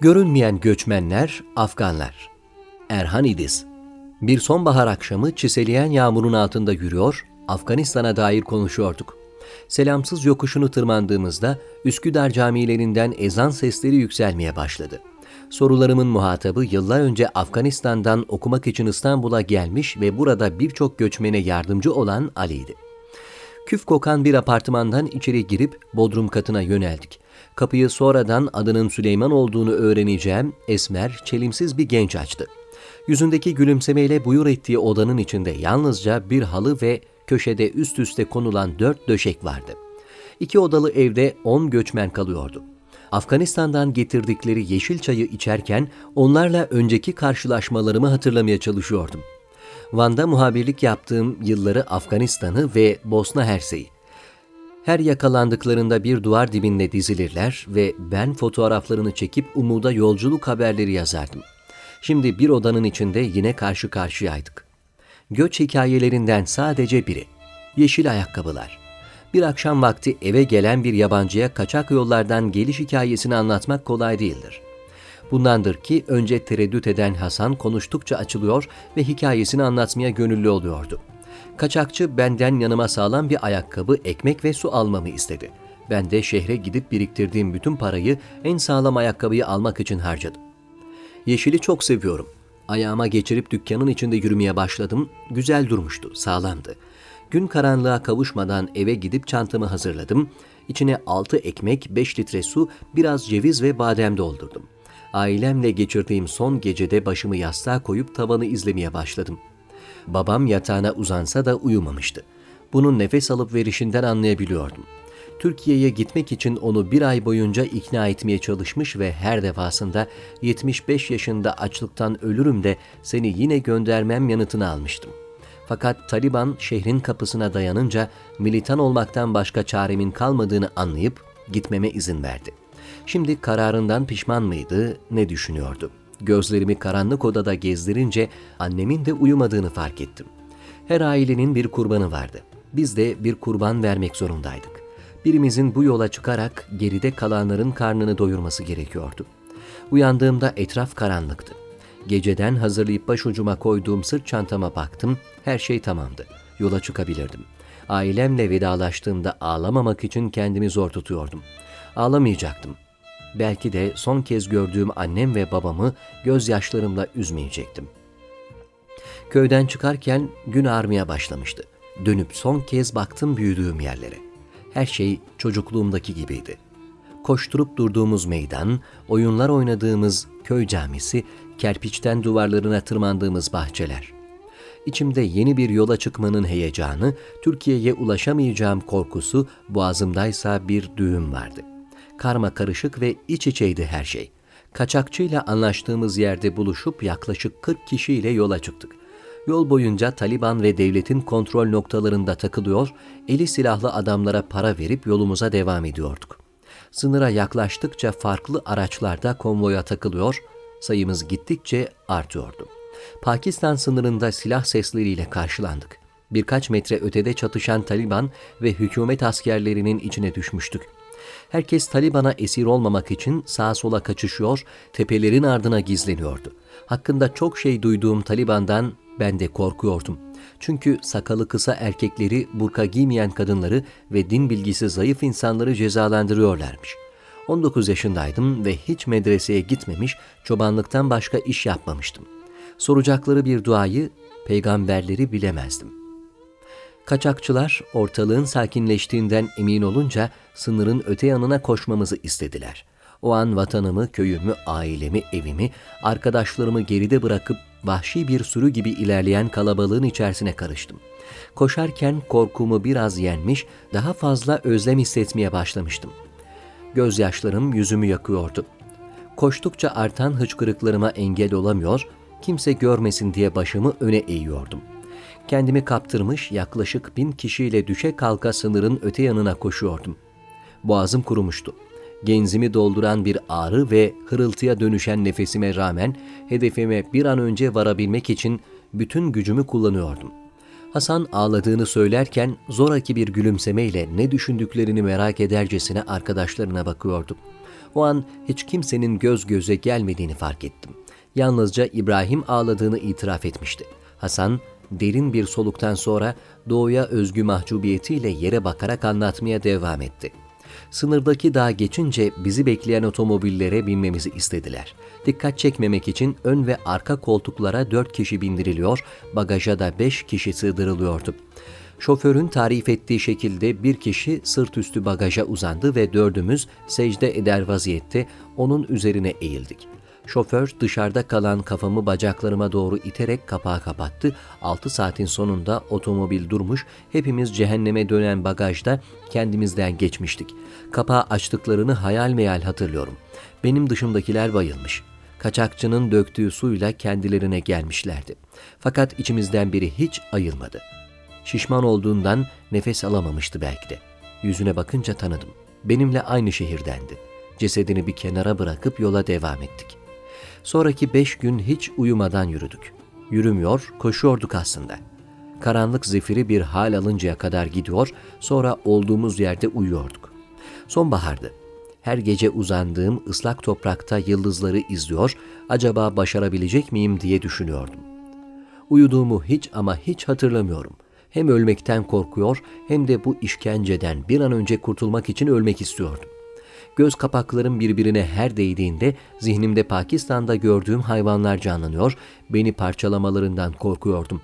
Görünmeyen göçmenler, Afganlar. Erhan İdiz. Bir sonbahar akşamı çiseleyen yağmurun altında yürüyor, Afganistan'a dair konuşuyorduk. Selamsız yokuşunu tırmandığımızda Üsküdar camilerinden ezan sesleri yükselmeye başladı. Sorularımın muhatabı yıllar önce Afganistan'dan okumak için İstanbul'a gelmiş ve burada birçok göçmene yardımcı olan Ali'ydi. Küf kokan bir apartmandan içeri girip bodrum katına yöneldik. Kapıyı sonradan adının Süleyman olduğunu öğreneceğim esmer, çelimsiz bir genç açtı. Yüzündeki gülümsemeyle buyur ettiği odanın içinde yalnızca bir halı ve köşede üst üste konulan 4 döşek vardı. 2 odalı evde 10 göçmen kalıyordu. Afganistan'dan getirdikleri yeşil çayı içerken onlarla önceki karşılaşmalarımı hatırlamaya çalışıyordum. Van'da muhabirlik yaptığım yılları Afganistan'ı ve Bosna Hersek'i. Her yakalandıklarında bir duvar dibinde dizilirler ve ben fotoğraflarını çekip umuda yolculuk haberleri yazardım. Şimdi bir odanın içinde yine karşı karşıyaydık. Göç hikayelerinden sadece biri. Yeşil ayakkabılar. Bir akşam vakti eve gelen bir yabancıya kaçak yollardan geliş hikayesini anlatmak kolay değildir. Bundandır ki önce tereddüt eden Hasan konuştukça açılıyor ve hikayesini anlatmaya gönüllü oluyordu. Kaçakçı benden yanıma sağlam bir ayakkabı, ekmek ve su almamı istedi. Ben de şehre gidip biriktirdiğim bütün parayı en sağlam ayakkabıyı almak için harcadım. Yeşili çok seviyorum. Ayağıma geçirip dükkanın içinde yürümeye başladım. Güzel durmuştu, sağlamdı. Gün karanlığa kavuşmadan eve gidip çantamı hazırladım. İçine 6 ekmek, 5 litre su, biraz ceviz ve badem doldurdum. Ailemle geçirdiğim son gecede başımı yastığa koyup tavanı izlemeye başladım. Babam yatağına uzansa da uyumamıştı. Bunun nefes alıp verişinden anlayabiliyordum. Türkiye'ye gitmek için onu bir ay boyunca ikna etmeye çalışmış ve her defasında 75 yaşında açlıktan ölürüm de seni yine göndermem yanıtını almıştım. Fakat Taliban şehrin kapısına dayanınca militan olmaktan başka çaremin kalmadığını anlayıp gitmeme izin verdi. Şimdi kararından pişman mıydı, ne düşünüyordu? Gözlerimi karanlık odada gezdirince annemin de uyumadığını fark ettim. Her ailenin bir kurbanı vardı. Biz de bir kurban vermek zorundaydık. Birimizin bu yola çıkarak geride kalanların karnını doyurması gerekiyordu. Uyandığımda etraf karanlıktı. Geceden hazırlayıp başucuma koyduğum sırt çantama baktım, her şey tamamdı. Yola çıkabilirdim. Ailemle vedalaştığımda ağlamamak için kendimi zor tutuyordum. Ağlamayacaktım. Belki de son kez gördüğüm annem ve babamı gözyaşlarımla üzmeyecektim. Köyden çıkarken gün ağarmaya başlamıştı. Dönüp son kez baktım büyüdüğüm yerlere. Her şey çocukluğumdaki gibiydi. Koşturup durduğumuz meydan, oyunlar oynadığımız köy camisi, kerpiçten duvarlarına tırmandığımız bahçeler. İçimde yeni bir yola çıkmanın heyecanı, Türkiye'ye ulaşamayacağım korkusu, boğazımdaysa bir düğüm vardı. Karma karışık ve iç içeydi her şey. Kaçakçıyla anlaştığımız yerde buluşup yaklaşık 40 kişiyle yola çıktık. Yol boyunca Taliban ve devletin kontrol noktalarında takılıyor, eli silahlı adamlara para verip yolumuza devam ediyorduk. Sınıra yaklaştıkça farklı araçlarda konvoya takılıyor, sayımız gittikçe artıyordu. Pakistan sınırında silah sesleriyle karşılandık. Birkaç metre ötede çatışan Taliban ve hükümet askerlerinin içine düşmüştük. Herkes Taliban'a esir olmamak için sağa sola kaçışıyor, tepelerin ardına gizleniyordu. Hakkında çok şey duyduğum Taliban'dan ben de korkuyordum. Çünkü sakalı kısa erkekleri, burka giymeyen kadınları ve din bilgisi zayıf insanları cezalandırıyorlarmış. 19 yaşındaydım ve hiç medreseye gitmemiş, çobanlıktan başka iş yapmamıştım. Soracakları bir duayı, peygamberleri bilemezdim. Kaçakçılar ortalığın sakinleştiğinden emin olunca sınırın öte yanına koşmamızı istediler. O an vatanımı, köyümü, ailemi, evimi, arkadaşlarımı geride bırakıp vahşi bir sürü gibi ilerleyen kalabalığın içerisine karıştım. Koşarken korkumu biraz yenmiş, daha fazla özlem hissetmeye başlamıştım. Gözyaşlarım yüzümü yakıyordu. Koştukça artan hıçkırıklarıma engel olamıyor, kimse görmesin diye başımı öne eğiyordum. Kendimi kaptırmış, yaklaşık 1000 kişiyle düşe kalka sınırın öte yanına koşuyordum. Boğazım kurumuştu. Genzimi dolduran bir ağrı ve hırıltıya dönüşen nefesime rağmen hedefime bir an önce varabilmek için bütün gücümü kullanıyordum. Hasan ağladığını söylerken zoraki bir gülümsemeyle ne düşündüklerini merak edercesine arkadaşlarına bakıyordu. O an hiç kimsenin göz göze gelmediğini fark ettim. Yalnızca İbrahim ağladığını itiraf etmişti. Hasan derin bir soluktan sonra doğuya özgü mahcubiyetiyle yere bakarak anlatmaya devam etti. Sınırdaki dağa geçince bizi bekleyen otomobillere binmemizi istediler. Dikkat çekmemek için ön ve arka koltuklara 4 kişi bindiriliyor, bagaja da 5 kişi sığdırılıyordu. Şoförün tarif ettiği şekilde bir kişi sırt üstü bagaja uzandı ve dördümüz secde eder vaziyette onun üzerine eğildik. Şoför dışarıda kalan kafamı bacaklarıma doğru iterek kapağı kapattı. 6 saatin sonunda otomobil durmuş, hepimiz cehenneme dönen bagajda kendimizden geçmiştik. Kapağı açtıklarını hayal meyal hatırlıyorum. Benim dışımdakiler bayılmış. Kaçakçının döktüğü suyla kendilerine gelmişlerdi. Fakat içimizden biri hiç ayılmadı. Şişman olduğundan nefes alamamıştı belki de. Yüzüne bakınca tanıdım. Benimle aynı şehirdendi. Cesedini bir kenara bırakıp yola devam ettik. Sonraki 5 gün hiç uyumadan yürüdük. Yürümüyor, koşuyorduk aslında. Karanlık zifiri bir hal alıncaya kadar gidiyor, sonra olduğumuz yerde uyuyorduk. Sonbahardı. Her gece uzandığım ıslak toprakta yıldızları izliyor, acaba başarabilecek miyim diye düşünüyordum. Uyuduğumu hiç ama hiç hatırlamıyorum. Hem ölmekten korkuyor hem de bu işkenceden bir an önce kurtulmak için ölmek istiyordum. Göz kapaklarım birbirine her değdiğinde zihnimde Pakistan'da gördüğüm hayvanlar canlanıyor, beni parçalamalarından korkuyordum.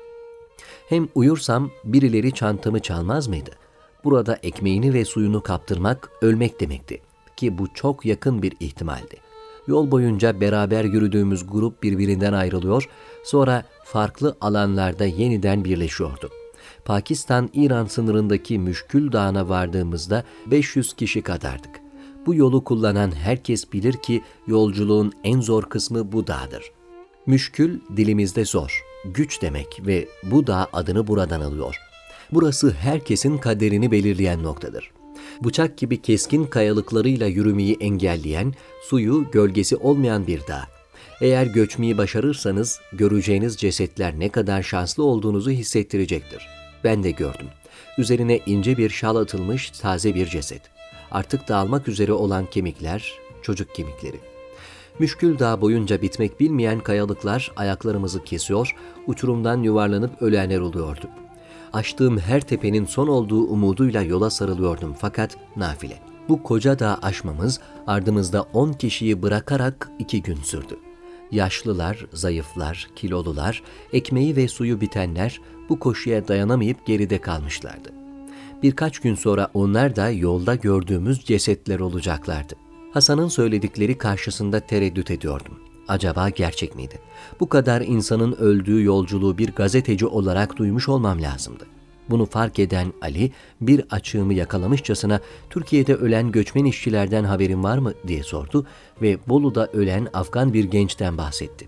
Hem uyursam birileri çantamı çalmaz mıydı? Burada ekmeğini ve suyunu kaptırmak ölmek demekti ki bu çok yakın bir ihtimaldi. Yol boyunca beraber yürüdüğümüz grup birbirinden ayrılıyor, sonra farklı alanlarda yeniden birleşiyordu. Pakistan-İran sınırındaki Müşkül Dağı'na vardığımızda 500 kişi kadardık. Bu yolu kullanan herkes bilir ki yolculuğun en zor kısmı bu dağdır. Müşkül dilimizde zor, güç demek ve bu dağ adını buradan alıyor. Burası herkesin kaderini belirleyen noktadır. Bıçak gibi keskin kayalıklarıyla yürümeyi engelleyen, suyu, gölgesi olmayan bir dağ. Eğer göçmeyi başarırsanız göreceğiniz cesetler ne kadar şanslı olduğunuzu hissettirecektir. Ben de gördüm. Üzerine ince bir şal atılmış taze bir ceset. Artık dağılmak üzere olan kemikler, çocuk kemikleri. Müşkül Dağ boyunca bitmek bilmeyen kayalıklar ayaklarımızı kesiyor, uçurumdan yuvarlanıp ölenler oluyordu. Aştığım her tepenin son olduğu umuduyla yola sarılıyordum fakat nafile. Bu koca dağı aşmamız ardımızda 10 kişiyi bırakarak 2 gün sürdü. Yaşlılar, zayıflar, kilolular, ekmeği ve suyu bitenler bu koşuya dayanamayıp geride kalmışlardı. Birkaç gün sonra onlar da yolda gördüğümüz cesetler olacaklardı. Hasan'ın söyledikleri karşısında tereddüt ediyordum. Acaba gerçek miydi? Bu kadar insanın öldüğü yolculuğu bir gazeteci olarak duymuş olmam lazımdı. Bunu fark eden Ali, bir açığımı yakalamışçasına "Türkiye'de ölen göçmen işçilerden haberin var mı?" diye sordu ve Bolu'da ölen Afgan bir gençten bahsetti.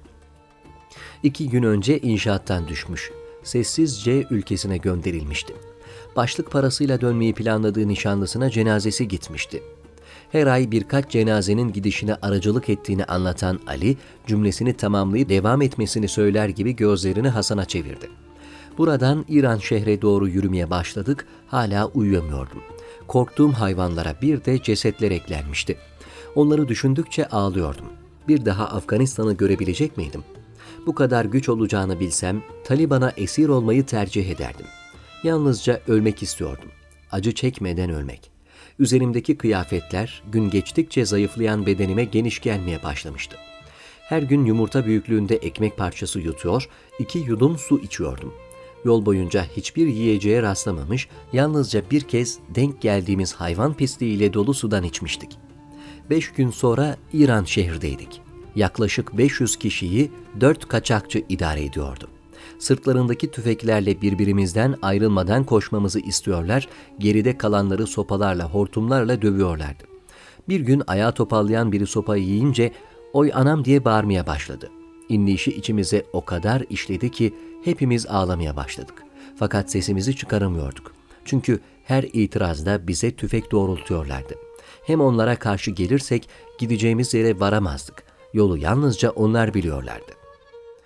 2 gün önce inşaattan düşmüş, sessizce ülkesine gönderilmişti. Başlık parasıyla dönmeyi planladığı nişanlısına cenazesi gitmişti. Her ay birkaç cenazenin gidişine aracılık ettiğini anlatan Ali, cümlesini tamamlayıp devam etmesini söyler gibi gözlerini Hasan'a çevirdi. Buradan İran şehre doğru yürümeye başladık, hala uyuyamıyordum. Korktuğum hayvanlara bir de cesetler eklenmişti. Onları düşündükçe ağlıyordum. Bir daha Afganistan'ı görebilecek miydim? Bu kadar güç olacağını bilsem, Taliban'a esir olmayı tercih ederdim. Yalnızca ölmek istiyordum. Acı çekmeden ölmek. Üzerimdeki kıyafetler gün geçtikçe zayıflayan bedenime geniş gelmeye başlamıştı. Her gün yumurta büyüklüğünde ekmek parçası yutuyor, 2 yudum su içiyordum. Yol boyunca hiçbir yiyeceğe rastlamamış, yalnızca bir kez denk geldiğimiz hayvan pisliğiyle dolu sudan içmiştik. 5 gün sonra İran şehirdeydik. Yaklaşık 500 kişiyi 4 kaçakçı idare ediyordu. Sırtlarındaki tüfeklerle birbirimizden ayrılmadan koşmamızı istiyorlar, geride kalanları sopalarla, hortumlarla dövüyorlardı. Bir gün ayağı topallayan biri sopayı yiyince "Oy anam" diye bağırmaya başladı. İnleyişi içimize o kadar işledi ki hepimiz ağlamaya başladık. Fakat sesimizi çıkaramıyorduk. Çünkü her itirazda bize tüfek doğrultuyorlardı. Hem onlara karşı gelirsek gideceğimiz yere varamazdık. Yolu yalnızca onlar biliyorlardı.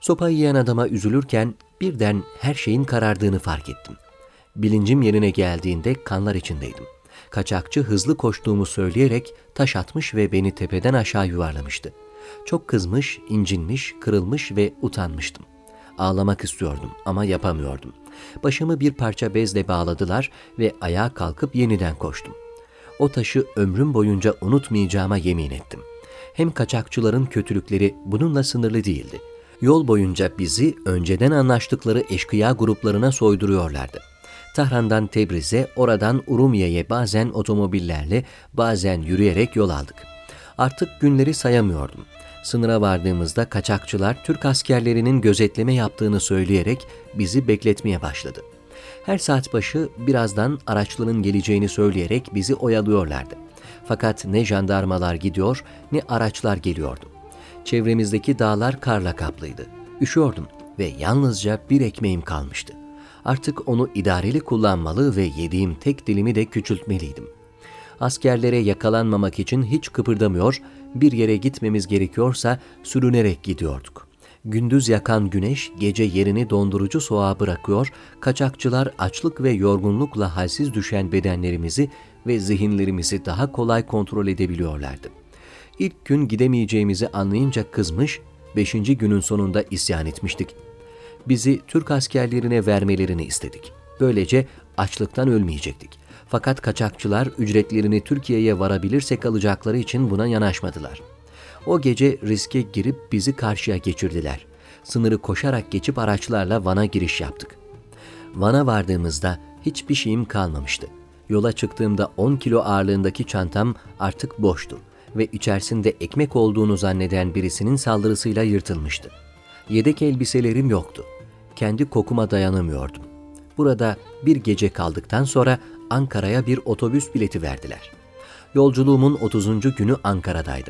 Sopa yiyen adama üzülürken birden her şeyin karardığını fark ettim. Bilincim yerine geldiğinde kanlar içindeydim. Kaçakçı hızlı koştuğumu söyleyerek taş atmış ve beni tepeden aşağı yuvarlamıştı. Çok kızmış, incinmiş, kırılmış ve utanmıştım. Ağlamak istiyordum ama yapamıyordum. Başımı bir parça bezle bağladılar ve ayağa kalkıp yeniden koştum. O taşı ömrüm boyunca unutmayacağıma yemin ettim. Hem kaçakçıların kötülükleri bununla sınırlı değildi. Yol boyunca bizi önceden anlaştıkları eşkıya gruplarına soyduruyorlardı. Tahran'dan Tebriz'e, oradan Urumiye'ye bazen otomobillerle, bazen yürüyerek yol aldık. Artık günleri sayamıyordum. Sınıra vardığımızda kaçakçılar Türk askerlerinin gözetleme yaptığını söyleyerek bizi bekletmeye başladı. Her saat başı birazdan araçların geleceğini söyleyerek bizi oyalıyorlardı. Fakat ne jandarmalar gidiyor ne araçlar geliyordu. Çevremizdeki dağlar karla kaplıydı. Üşüyordum ve yalnızca bir ekmeğim kalmıştı. Artık onu idareli kullanmalı ve yediğim tek dilimi de küçültmeliydim. Askerlere yakalanmamak için hiç kıpırdamıyor, bir yere gitmemiz gerekiyorsa sürünerek gidiyorduk. Gündüz yakan güneş gece yerini dondurucu soğuğa bırakıyor, kaçakçılar açlık ve yorgunlukla halsiz düşen bedenlerimizi ve zihinlerimizi daha kolay kontrol edebiliyorlardı. İlk gün gidemeyeceğimizi anlayınca kızmış, 5. günün sonunda isyan etmiştik. Bizi Türk askerlerine vermelerini istedik. Böylece açlıktan ölmeyecektik. Fakat kaçakçılar ücretlerini Türkiye'ye varabilirsek alacakları için buna yanaşmadılar. O gece riske girip bizi karşıya geçirdiler. Sınırı koşarak geçip araçlarla Van'a giriş yaptık. Van'a vardığımızda hiçbir şeyim kalmamıştı. Yola çıktığımda 10 kilo ağırlığındaki çantam artık boştu ve içerisinde ekmek olduğunu zanneden birisinin saldırısıyla yırtılmıştı. Yedek elbiselerim yoktu. Kendi kokuma dayanamıyordum. Burada bir gece kaldıktan sonra Ankara'ya bir otobüs bileti verdiler. Yolculuğumun 30. günü Ankara'daydım.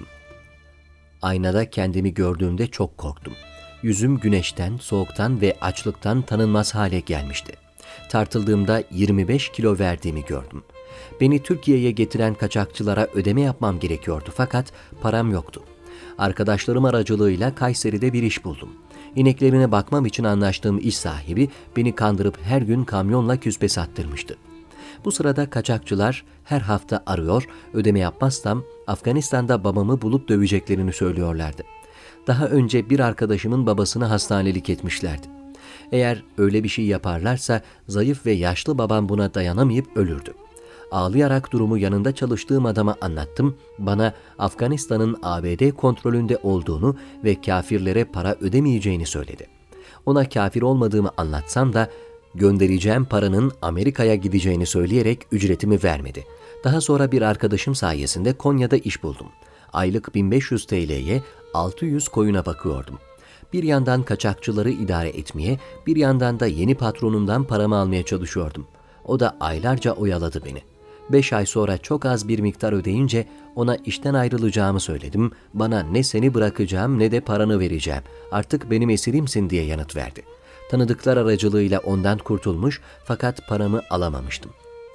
Aynada kendimi gördüğümde çok korktum. Yüzüm güneşten, soğuktan ve açlıktan tanınmaz hale gelmişti. Tartıldığımda 25 kilo verdiğimi gördüm. Beni Türkiye'ye getiren kaçakçılara ödeme yapmam gerekiyordu fakat param yoktu. Arkadaşlarım aracılığıyla Kayseri'de bir iş buldum. İneklerine bakmam için anlaştığım iş sahibi beni kandırıp her gün kamyonla küspe sattırmıştı. Bu sırada kaçakçılar her hafta arıyor, ödeme yapmazsam Afganistan'da babamı bulup döveceklerini söylüyorlardı. Daha önce bir arkadaşımın babasını hastanelik etmişlerdi. Eğer öyle bir şey yaparlarsa zayıf ve yaşlı babam buna dayanamayıp ölürdü. Ağlayarak durumu yanında çalıştığım adama anlattım. Bana Afganistan'ın ABD kontrolünde olduğunu ve kafirlere para ödemeyeceğini söyledi. Ona kafir olmadığımı anlatsam da göndereceğim paranın Amerika'ya gideceğini söyleyerek ücretimi vermedi. Daha sonra bir arkadaşım sayesinde Konya'da iş buldum. Aylık 1500 TL'ye 600 koyuna bakıyordum. Bir yandan kaçakçıları idare etmeye, bir yandan da yeni patronumdan paramı almaya çalışıyordum. O da aylarca oyaladı beni. 5 ay sonra çok az bir miktar ödeyince ona işten ayrılacağımı söyledim. Bana ne seni bırakacağım ne de paranı vereceğim. Artık benim esirimsin diye yanıt verdi. Tanıdıklar aracılığıyla ondan kurtulmuş fakat paramı alamamıştım.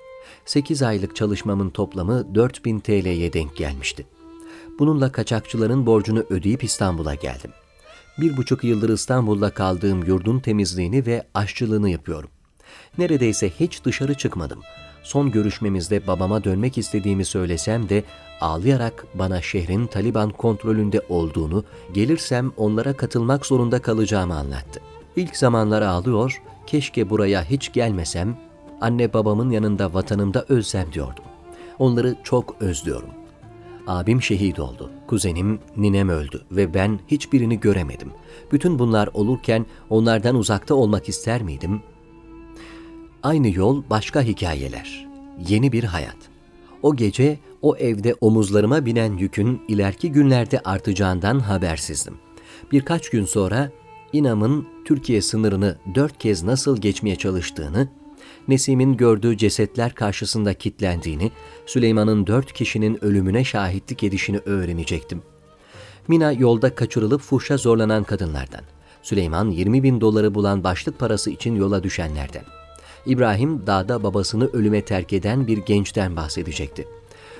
8 aylık çalışmamın toplamı 4000 TL'ye denk gelmişti. Bununla kaçakçıların borcunu ödeyip İstanbul'a geldim. 1,5 yıldır İstanbul'da kaldığım yurdun temizliğini ve aşçılığını yapıyorum. Neredeyse hiç dışarı çıkmadım. Son görüşmemizde babama dönmek istediğimi söylesem de ağlayarak bana şehrin Taliban kontrolünde olduğunu, gelirsem onlara katılmak zorunda kalacağımı anlattı. İlk zamanlar ağlıyor, keşke buraya hiç gelmesem, anne babamın yanında vatanımda ölsem diyordum. Onları çok özlüyorum. Abim şehit oldu, kuzenim, ninem öldü ve ben hiçbirini göremedim. Bütün bunlar olurken onlardan uzakta olmak ister miydim? Aynı yol, başka hikayeler. Yeni bir hayat. O gece o evde omuzlarıma binen yükün ileriki günlerde artacağından habersizdim. Birkaç gün sonra İnam'ın Türkiye sınırını 4 kez nasıl geçmeye çalıştığını, Nesim'in gördüğü cesetler karşısında kilitlendiğini, Süleyman'ın 4 kişinin ölümüne şahitlik edişini öğrenecektim. Mina yolda kaçırılıp fuhşa zorlanan kadınlardan. Süleyman 20.000 doları bulan başlık parası için yola düşenlerden. İbrahim dağda babasını ölüme terk eden bir gençten bahsedecekti.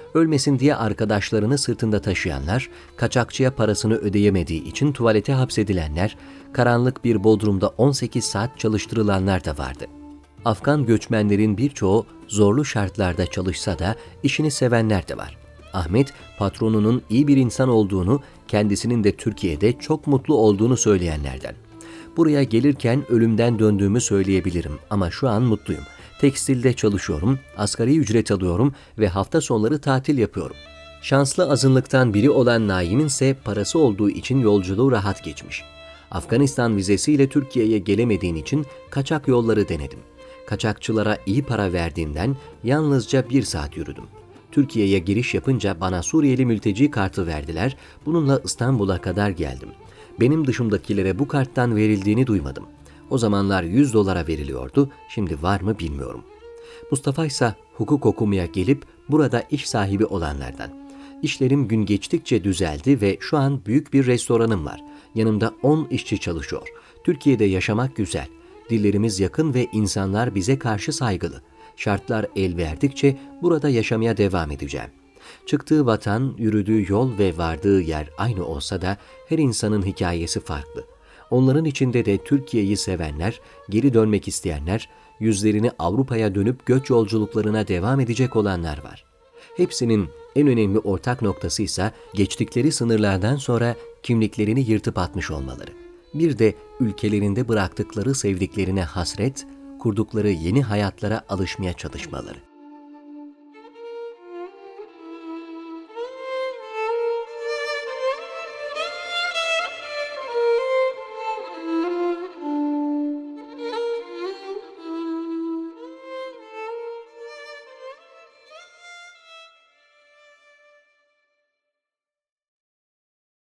Ölmesin diye arkadaşlarını sırtında taşıyanlar, kaçakçıya parasını ödeyemediği için tuvalete hapsedilenler, karanlık bir bodrumda 18 saat çalıştırılanlar da vardı. Afgan göçmenlerin birçoğu zorlu şartlarda çalışsa da işini sevenler de var. Ahmet, patronunun iyi bir insan olduğunu, kendisinin de Türkiye'de çok mutlu olduğunu söyleyenlerden. Buraya gelirken ölümden döndüğümü söyleyebilirim ama şu an mutluyum. Tekstilde çalışıyorum, asgari ücret alıyorum ve hafta sonları tatil yapıyorum. Şanslı azınlıktan biri olan Naim'in ise parası olduğu için yolculuğu rahat geçmiş. Afganistan vizesiyle Türkiye'ye gelemediğin için kaçak yolları denedim. Kaçakçılara iyi para verdiğimden yalnızca 1 saat yürüdüm. Türkiye'ye giriş yapınca bana Suriyeli mülteci kartı verdiler, bununla İstanbul'a kadar geldim. Benim dışımdakilere bu karttan verildiğini duymadım. O zamanlar $100 veriliyordu, şimdi var mı bilmiyorum. Mustafa ise hukuk okumaya gelip burada iş sahibi olanlardan. İşlerim gün geçtikçe düzeldi ve şu an büyük bir restoranım var. Yanımda 10 işçi çalışıyor. Türkiye'de yaşamak güzel. Dillerimiz yakın ve insanlar bize karşı saygılı. Şartlar el verdikçe burada yaşamaya devam edeceğim. Çıktığı vatan, yürüdüğü yol ve vardığı yer aynı olsa da her insanın hikayesi farklı. Onların içinde de Türkiye'yi sevenler, geri dönmek isteyenler, yüzlerini Avrupa'ya dönüp göç yolculuklarına devam edecek olanlar var. Hepsinin en önemli ortak noktası ise geçtikleri sınırlardan sonra kimliklerini yırtıp atmış olmaları. Bir de ülkelerinde bıraktıkları sevdiklerine hasret, kurdukları yeni hayatlara alışmaya çalışmaları.